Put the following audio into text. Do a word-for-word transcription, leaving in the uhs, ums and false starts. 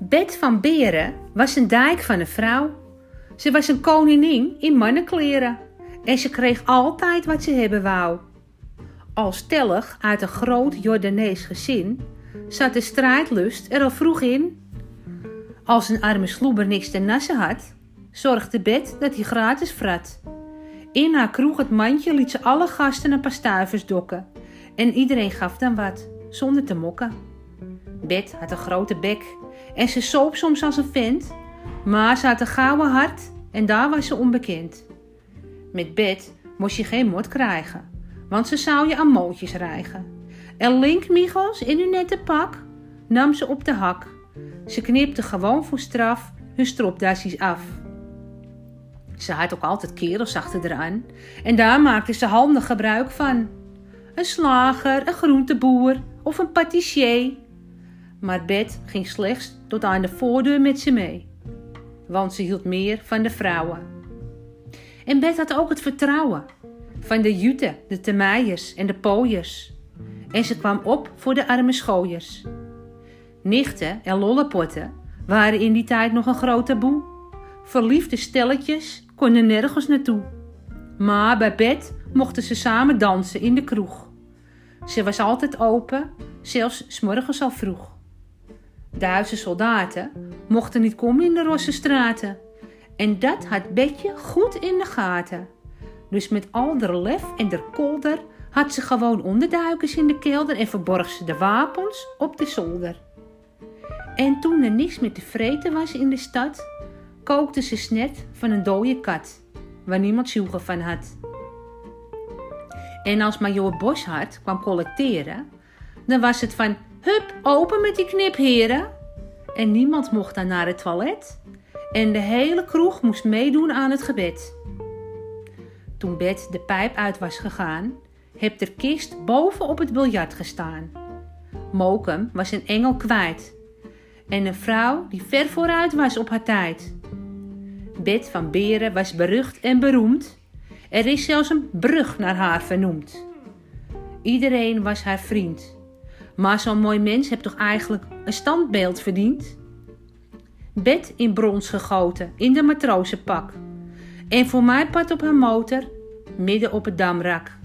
Bet van Beeren was een dijk van een vrouw. Ze was een koningin in mannenkleren en ze kreeg altijd wat ze hebben wou. Al stellig uit een groot Jordanees gezin zat de strijdlust er al vroeg in. Als een arme sloeber niks te nassen had, zorgde Bet dat hij gratis vrat. In haar kroeg het mandje liet ze alle gasten een paar stuivers dokken en iedereen gaf dan wat, zonder te mokken. Bet had een grote bek en ze soop soms als een vent, maar ze had een gouden hart en daar was ze onbekend. Met Bet moest je geen mot krijgen, want ze zou je aan mootjes rijgen. En linkmichels in hun nette pak nam ze op de hak. Ze knipte gewoon voor straf hun stropdassies af. Ze had ook altijd kerels achter eraan en daar maakte ze handig gebruik van. Een slager, een groenteboer of een patissier. Maar Bet ging slechts tot aan de voordeur met ze mee, want ze hield meer van de vrouwen. En Bet had ook het vertrouwen van de Juten, de Termeijers en de Pooiers. En ze kwam op voor de arme schooiers. Nichten en lollepotten waren in die tijd nog een groot taboe. Verliefde stelletjes konden nergens naartoe. Maar bij Bet mochten ze samen dansen in de kroeg. Ze was altijd open, zelfs 's morgens al vroeg. Duitse soldaten mochten niet komen in de rosse straten. En dat had Betje goed in de gaten. Dus met al der lef en der kolder had ze gewoon onderduikers in de kelder en verborg ze de wapens op de zolder. En toen er niks meer te vreten was in de stad, kookte ze snet van een dode kat, waar niemand sjoegen van had. En als majoor Boshart kwam collecteren, dan was het van, hup, open met die knipheren. En niemand mocht dan naar het toilet. En de hele kroeg moest meedoen aan het gebed. Toen Bet de pijp uit was gegaan, heb de kist boven op het biljart gestaan. Mokum was een engel kwijt. En een vrouw die ver vooruit was op haar tijd. Bet van Beeren was berucht en beroemd. Er is zelfs een brug naar haar vernoemd. Iedereen was haar vriend. Maar zo'n mooi mens heeft toch eigenlijk een standbeeld verdiend? Bet in brons gegoten, in de matrozenpak. En voor mij pad op haar motor, midden op het damrak.